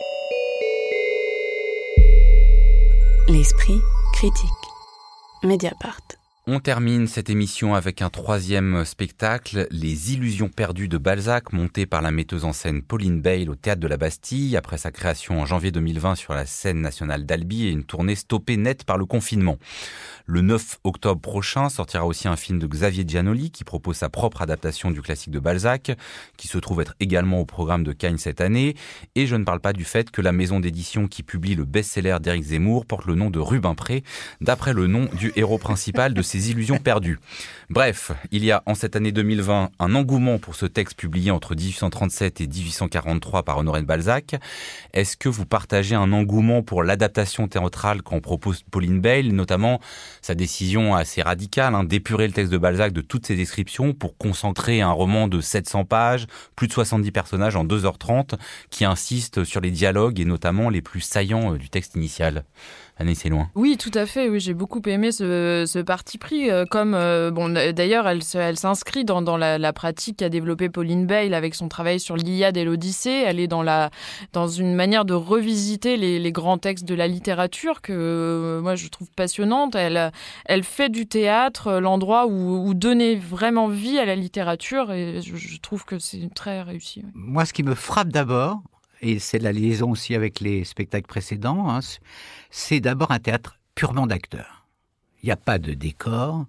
L'esprit critique. Mediapart. On termine cette émission avec un troisième spectacle, Les Illusions perdues de Balzac, monté par la metteuse en scène Pauline Bayle au Théâtre de la Bastille, après sa création en janvier deux mille vingt sur la scène nationale d'Albi et une tournée stoppée net par le confinement. Le neuf octobre prochain sortira aussi un film de Xavier Giannoli qui propose sa propre adaptation du classique de Balzac, qui se trouve être également au programme de Cannes cette année. Et je ne parle pas du fait que la maison d'édition qui publie le best-seller d'Éric Zemmour porte le nom de Rubempré, d'après le nom du héros principal de ses illusions perdues. Bref, il y a en cette année deux mille vingt un engouement pour ce texte publié entre dix-huit cent trente-sept et dix-huit cent quarante-trois par Honoré de Balzac. Est-ce que vous partagez un engouement pour l'adaptation théâtrale qu'en propose Pauline Bayle, notamment sa décision assez radicale, hein, d'épurer le texte de Balzac de toutes ses descriptions pour concentrer un roman de sept cents pages, plus de soixante-dix personnages en deux heures trente, qui insiste sur les dialogues et notamment les plus saillants du texte initial? Annie, c'est loin. Oui, tout à fait. Oui, j'ai beaucoup aimé ce, ce parti pris. Euh, comme euh, bon, d'ailleurs, elle, elle s'inscrit dans, dans la, la pratique qu'a développée Pauline Bayle avec son travail sur l'Iliade et l'Odyssée. Elle est dans la dans une manière de revisiter les, les grands textes de la littérature que euh, moi je trouve passionnante. Elle elle fait du théâtre l'endroit où, où donner vraiment vie à la littérature, et je, je trouve que c'est très réussi. Oui. Moi, ce qui me frappe d'abord, et c'est la liaison aussi avec les spectacles précédents, hein, c'est d'abord un théâtre purement d'acteurs. Il n'y a pas de décor,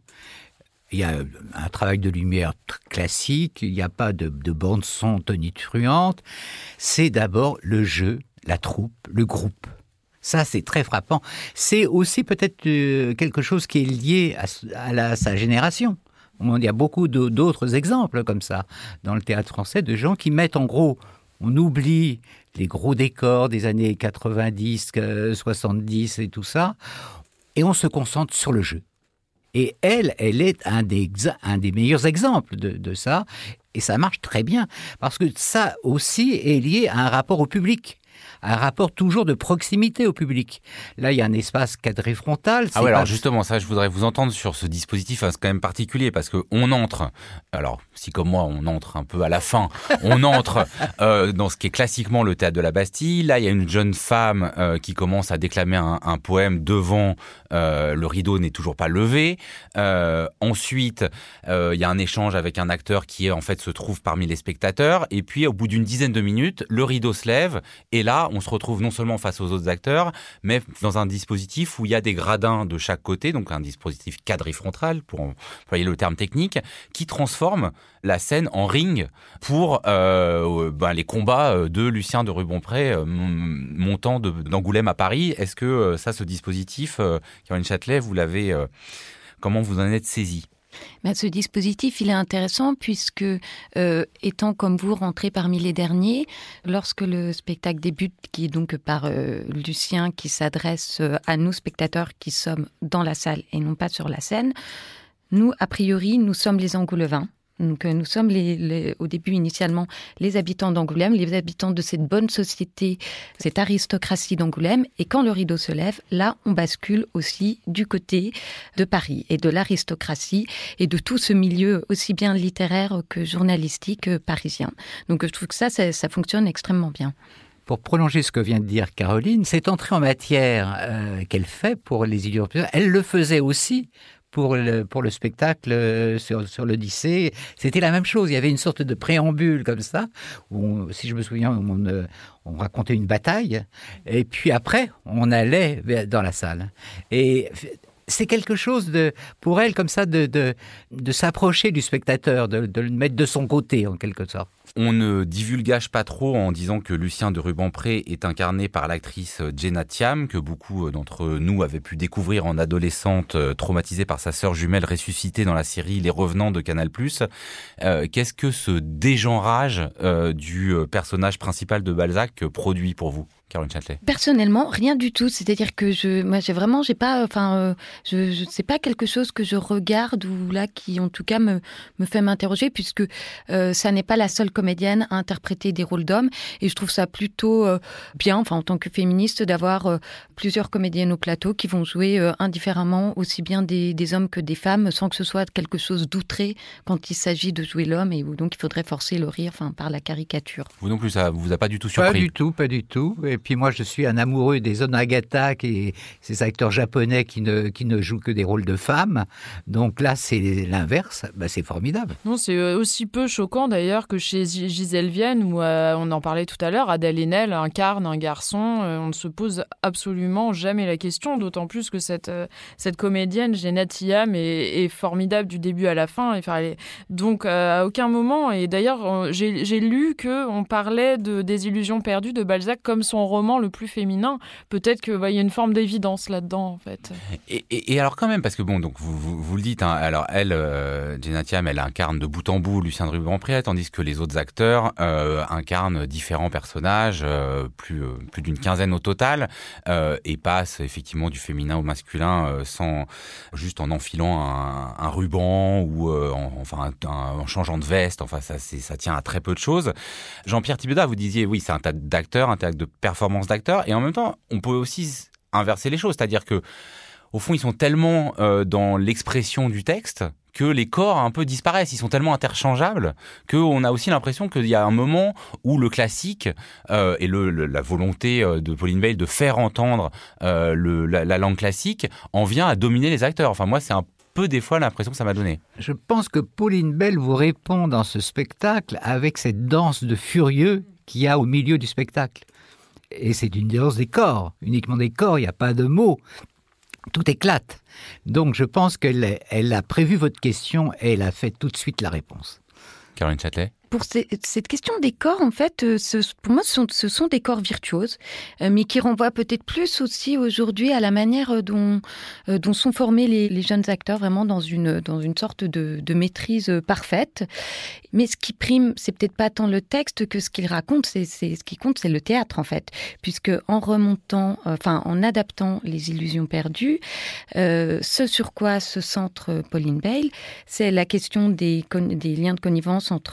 il y a un travail de lumière classique, il n'y a pas de, de bande-son tonitruante. C'est d'abord le jeu, la troupe, le groupe. Ça, c'est très frappant. C'est aussi peut-être euh, quelque chose qui est lié à, à, la, à sa génération. Il y a beaucoup de, d'autres exemples comme ça dans le théâtre français, de gens qui mettent en gros... On oublie les gros décors des années quatre-vingt-dix, soixante-dix et tout ça, et on se concentre sur le jeu. Et elle, elle est un des, un des meilleurs exemples de, de ça, et ça marche très bien, parce que ça aussi est lié à un rapport au public. un rapport toujours de proximité au public. Là, il y a un espace cadré frontal. Ah ouais, pas... alors justement, ça, je voudrais vous entendre sur ce dispositif, hein, c'est quand même particulier, parce qu'on entre, alors si comme moi, on entre un peu à la fin, on entre euh, dans ce qui est classiquement le théâtre de la Bastille. Là, il y a une jeune femme euh, qui commence à déclamer un, un poème devant, euh, le rideau n'est toujours pas levé. Euh, ensuite, euh, il y a un échange avec un acteur qui, en fait, se trouve parmi les spectateurs. Et puis, au bout d'une dizaine de minutes, le rideau se lève. Et là, on se retrouve non seulement face aux autres acteurs, mais dans un dispositif où il y a des gradins de chaque côté, donc un dispositif quadrifrontal, pour employer le terme technique, qui transforme la scène en ring pour euh, ben, les combats de Lucien de Rubempré euh, montant de, d'Angoulême à Paris. Est-ce que euh, ça, ce dispositif, euh, Caroline Châtelet, vous l'avez, euh, comment vous en êtes saisi ? Ben, ce dispositif, il est intéressant puisque, euh, étant comme vous rentré parmi les derniers, lorsque le spectacle débute, qui est donc par euh, Lucien, qui s'adresse à nous, spectateurs, qui sommes dans la salle et non pas sur la scène, nous, a priori, nous sommes les Angoulevains. Donc, nous sommes les, les, au début initialement les habitants d'Angoulême, les habitants de cette bonne société, cette aristocratie d'Angoulême. Et quand le rideau se lève, là, on bascule aussi du côté de Paris et de l'aristocratie et de tout ce milieu aussi bien littéraire que journalistique parisien. Donc, je trouve que ça, ça, ça fonctionne extrêmement bien. Pour prolonger ce que vient de dire Caroline, cette entrée en matière euh, qu'elle fait pour les idiots, elle le faisait aussi pour le, pour le spectacle sur, sur l'Odyssée. C'était la même chose. Il y avait une sorte de préambule comme ça, où, on, si je me souviens, on, on racontait une bataille, et puis après, on allait dans la salle. Et c'est quelque chose de, pour elle, comme ça, de, de, de s'approcher du spectateur, de, de le mettre de son côté, en quelque sorte. On ne divulgage pas trop en disant que Lucien de Rubempré est incarné par l'actrice Jenna Thiam, que beaucoup d'entre nous avaient pu découvrir en adolescente, traumatisée par sa sœur jumelle ressuscitée dans la série Les Revenants de Canal plus. Euh, qu'est-ce que ce dégenrage euh, du personnage principal de Balzac produit pour vous, Caroline Châtelet? Personnellement, rien du tout. C'est-à-dire que je, moi, j'ai vraiment, j'ai pas, enfin, euh, je, je sais pas quelque chose que je regarde ou là qui, en tout cas, me me fait m'interroger, puisque euh, ça n'est pas la seule comédienne à interpréter des rôles d'hommes, et je trouve ça plutôt euh, bien, enfin, en tant que féministe, d'avoir euh, plusieurs comédiennes au plateau qui vont jouer euh, indifféremment aussi bien des, des hommes que des femmes, sans que ce soit quelque chose d'outré quand il s'agit de jouer l'homme, et où donc il faudrait forcer le rire, enfin, par la caricature. Vous non plus, ça vous a pas du tout surpris? Pas du tout, pas du tout. Et puis moi, je suis un amoureux des Onagata, qui est ces acteurs japonais qui ne qui ne jouent que des rôles de femmes. Donc là, c'est l'inverse. Ben, c'est formidable. Non, c'est aussi peu choquant d'ailleurs que chez Gisèle Vienne, où euh, on en parlait tout à l'heure, Adèle Haenel incarne un garçon. Euh, on ne se pose absolument jamais la question, d'autant plus que cette euh, cette comédienne, Jenna Thiam, est, est formidable du début à la fin. Et, elle est, donc euh, à aucun moment. Et d'ailleurs, euh, j'ai, j'ai lu que on parlait de des illusions perdues de Balzac comme son roman le plus féminin. Peut-être qu'il bah, y a une forme d'évidence là-dedans, en fait. Et, et, et alors quand même, parce que bon, donc vous, vous, vous le dites, hein, alors elle, euh, Jenna Thiam, elle incarne de bout en bout Lucien de Rubempré, tandis que les autres acteurs euh, incarnent différents personnages, euh, plus, euh, plus d'une quinzaine au total, euh, et passent effectivement du féminin au masculin euh, sans, juste en enfilant un, un ruban ou euh, en, enfin un, un, en changeant de veste. Enfin, ça, c'est, ça tient à très peu de choses. Jean-Pierre Thibaudat, vous disiez, oui, c'est un tas d'acteurs, un tas de performances d'acteurs, et en même temps, on peut aussi inverser les choses, c'est-à-dire que au fond, ils sont tellement euh, dans l'expression du texte que les corps un peu disparaissent. Ils sont tellement interchangeables qu'on a aussi l'impression qu'il y a un moment où le classique euh, et le, le, la volonté de Pauline Bayles de faire entendre euh, le, la, la langue classique en vient à dominer les acteurs. Enfin, moi, c'est un peu des fois l'impression que ça m'a donné. Je pense que Pauline Bayles vous répond dans ce spectacle avec cette danse de furieux qu'il y a au milieu du spectacle. Et c'est une danse des corps, uniquement des corps, il n'y a pas de mots. Tout éclate. Donc je pense qu'elle elle a prévu votre question et elle a fait tout de suite la réponse. Caroline Châtelet? Pour ces, cette question des corps, en fait, ce, pour moi, ce sont, ce sont des corps virtuoses, euh, mais qui renvoient peut-être plus aussi aujourd'hui à la manière dont, euh, dont sont formés les, les jeunes acteurs, vraiment dans une, dans une sorte de, de maîtrise parfaite. Mais ce qui prime, c'est peut-être pas tant le texte que ce qu'il raconte, c'est, c'est, ce qui compte, c'est le théâtre, en fait. Puisque en remontant, euh, enfin, en adaptant Les Illusions perdues, euh, ce sur quoi se centre Pauline Bayles, c'est la question des, des liens de connivence entre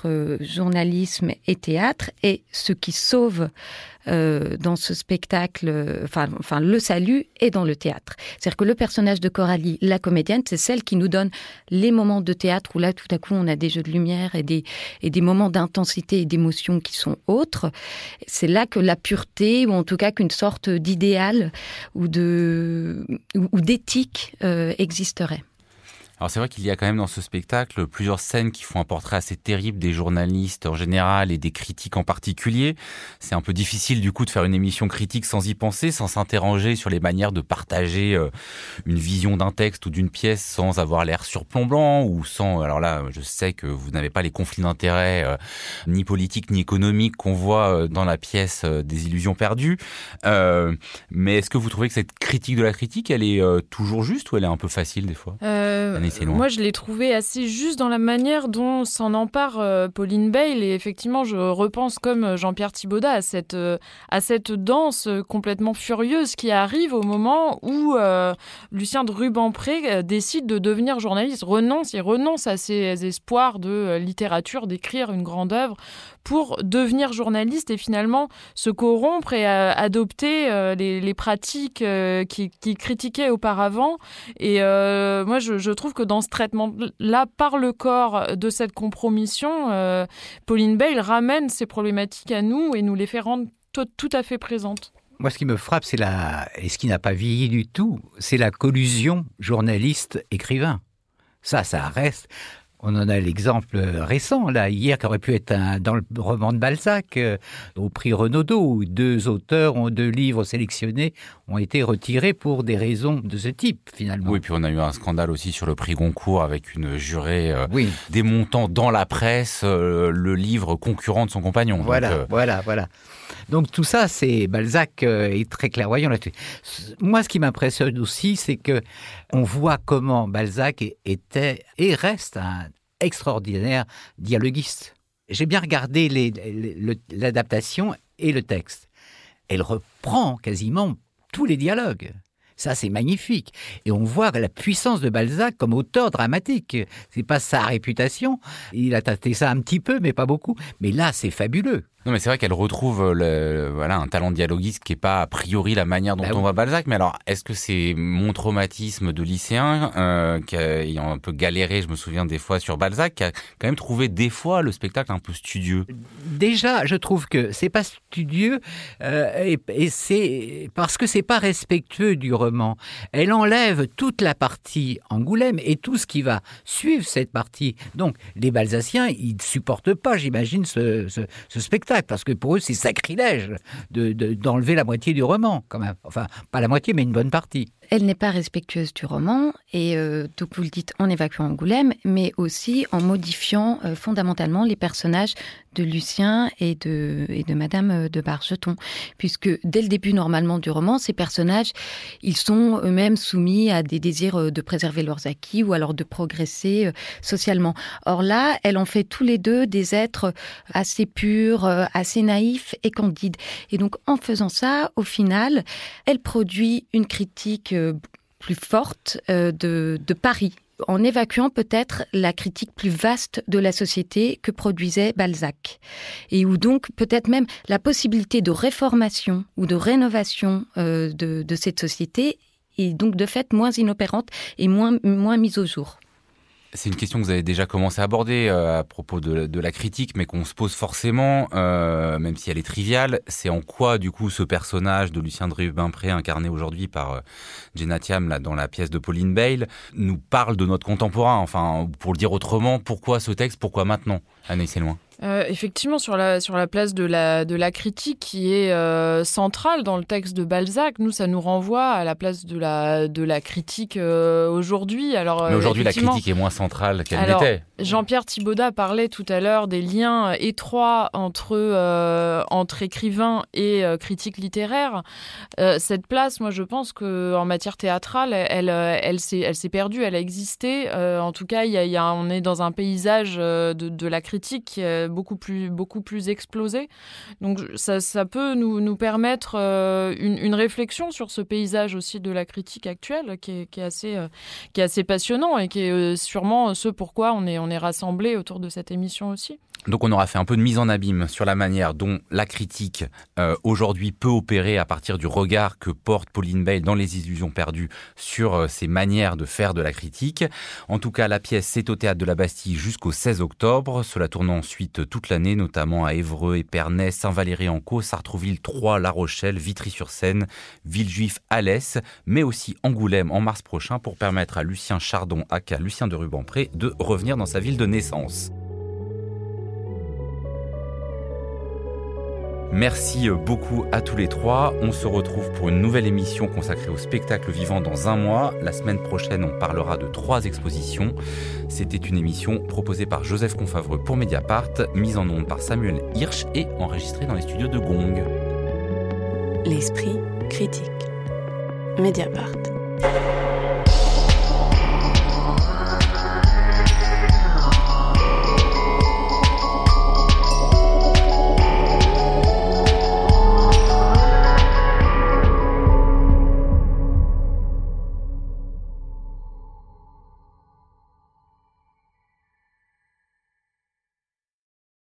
journalisme et théâtre, et ce qui sauve euh, dans ce spectacle, enfin, enfin le salut est dans le théâtre. C'est-à-dire que le personnage de Coralie, la comédienne, c'est celle qui nous donne les moments de théâtre où là, tout à coup, on a des jeux de lumière et des, et des moments d'intensité et d'émotion qui sont autres. C'est là que la pureté, ou en tout cas qu'une sorte d'idéal ou, de, ou, ou d'éthique euh, existerait. Alors c'est vrai qu'il y a quand même dans ce spectacle plusieurs scènes qui font un portrait assez terrible des journalistes en général et des critiques en particulier. C'est un peu difficile du coup de faire une émission critique sans y penser, sans s'interroger sur les manières de partager euh, une vision d'un texte ou d'une pièce sans avoir l'air surplombant ou sans... Alors là, je sais que vous n'avez pas les conflits d'intérêts euh, ni politiques ni économiques qu'on voit euh, dans la pièce euh, des Illusions perdues. Euh, mais est-ce que vous trouvez que cette critique de la critique, elle est euh, toujours juste ou elle est un peu facile des fois euh... Moi, je l'ai trouvé assez juste dans la manière dont s'en empare euh, Pauline Bayle. Et effectivement, je repense comme Jean-Pierre Thibaudat à cette, euh, à cette danse complètement furieuse qui arrive au moment où euh, Lucien de Rubempré euh, décide de devenir journaliste, renonce, il renonce à ses espoirs de euh, littérature, d'écrire une grande œuvre pour devenir journaliste et finalement se corrompre et euh, adopter euh, les, les pratiques euh, qu'il qui critiquait auparavant. Et euh, moi, je, je trouve que dans ce traitement-là, par le corps de cette compromission, euh, Pauline Bayle ramène ces problématiques à nous et nous les fait rendre tout, tout à fait présentes. Moi, ce qui me frappe, c'est la, et ce qui n'a pas vieilli du tout, c'est la collusion journaliste-écrivain. Ça, ça reste... On en a l'exemple récent, là, hier, qui aurait pu être un, dans le roman de Balzac, euh, au prix Renaudot, où deux auteurs, ont deux livres sélectionnés, ont été retirés pour des raisons de ce type, finalement. Oui, puis on a eu un scandale aussi sur le prix Goncourt, avec une jurée euh, oui. démontant dans la presse euh, le livre concurrent de son compagnon. Voilà, Donc, euh... voilà, voilà. Donc tout ça, c'est Balzac euh, est très clairvoyant là-dessus. Moi, ce qui m'impressionne aussi, c'est que on voit comment Balzac était et reste un extraordinaire dialoguiste. J'ai bien regardé les, les, le, l'adaptation et le texte. Elle reprend quasiment tous les dialogues. Ça, c'est magnifique. Et on voit la puissance de Balzac comme auteur dramatique. C'est pas sa réputation. Il a tâté ça un petit peu, mais pas beaucoup. Mais là, c'est fabuleux. Non, mais c'est vrai qu'elle retrouve le, voilà, un talent de dialoguiste qui n'est pas a priori la manière dont bah on oui. voit Balzac. Mais alors, est-ce que c'est mon traumatisme de lycéen, euh, qui a, ayant un peu galéré, je me souviens des fois sur Balzac, qui a quand même trouvé des fois le spectacle un peu studieux? Déjà, je trouve que c'est pas studieux euh, et, et c'est parce que c'est pas respectueux du roman. Elle enlève toute la partie Angoulême et tout ce qui va suivre cette partie. Donc, les Balsaciens, ils ne supportent pas, j'imagine, ce, ce, ce spectacle. Parce que pour eux, c'est sacrilège de, de, d'enlever la moitié du roman, quand même. Enfin, pas la moitié, mais une bonne partie. Elle n'est pas respectueuse du roman, et euh, donc vous le dites en évacuant Angoulême, mais aussi en modifiant euh, fondamentalement les personnages de Lucien et de, et de Madame de Bargeton. Puisque dès le début, normalement, du roman, ces personnages, ils sont eux-mêmes soumis à des désirs de préserver leurs acquis ou alors de progresser euh, socialement. Or là, elle en fait tous les deux des êtres assez purs, euh, assez naïfs et candides. Et donc, en faisant ça, au final, elle produit une critique plus forte euh, de, de Paris, en évacuant peut-être la critique plus vaste de la société que produisait Balzac. Et où donc peut-être même la possibilité de réformation ou de rénovation euh, de, de cette société est donc de fait moins inopérante et moins, moins mise au jour. C'est une question que vous avez déjà commencé à aborder euh, à propos de, de la critique, mais qu'on se pose forcément, euh, même si elle est triviale. C'est en quoi, du coup, ce personnage de Lucien de Rubempré, incarné aujourd'hui par euh, Jenna Thiam, là, dans la pièce de Pauline Bayle, nous parle de notre contemporain. Enfin, pour le dire autrement, pourquoi ce texte, pourquoi maintenant, Anaïs Elouin? Euh, effectivement, sur la, sur la place de la, de la critique qui est euh, centrale dans le texte de Balzac, nous, ça nous renvoie à la place de la, de la critique euh, aujourd'hui. Alors, Mais aujourd'hui, la critique est moins centrale qu'elle alors, l'était. Jean-Pierre Thibaudat parlait tout à l'heure des liens étroits entre, euh, entre écrivains et euh, critiques littéraires. Euh, cette place, moi, je pense qu'en matière théâtrale, elle, elle, elle, s'est, elle s'est perdue, elle a existé. Euh, en tout cas, y a, y a, on est dans un paysage de, de la critique qui est beaucoup plus, beaucoup plus explosé. Donc ça, ça peut nous, nous permettre euh, une, une réflexion sur ce paysage aussi de la critique actuelle qui est, qui est, assez, euh, qui est assez passionnant et qui est euh, sûrement ce pourquoi on est, on est rassemblés autour de cette émission aussi. Donc on aura fait un peu de mise en abîme sur la manière dont la critique euh, aujourd'hui peut opérer à partir du regard que porte Pauline Bale dans Les Illusions perdues sur euh, ses manières de faire de la critique. En tout cas, la pièce c'est au Théâtre de la Bastille jusqu'au seize octobre. Cela tourne ensuite toute l'année, notamment à Évreux, Épernay, Saint-Valery-en-Caux, Sartrouville, Troyes, La Rochelle, Vitry-sur-Seine, Villejuif, Alès, mais aussi Angoulême en mars prochain pour permettre à Lucien Chardon, aka Lucien de Rubempré, de revenir dans sa ville de naissance. Merci beaucoup à tous les trois. On se retrouve pour une nouvelle émission consacrée au spectacle vivant dans un mois. La semaine prochaine, on parlera de trois expositions. C'était une émission proposée par Joseph Confavreux pour Mediapart, mise en onde par Samuel Hirsch et enregistrée dans les studios de Gong. L'esprit critique. Mediapart.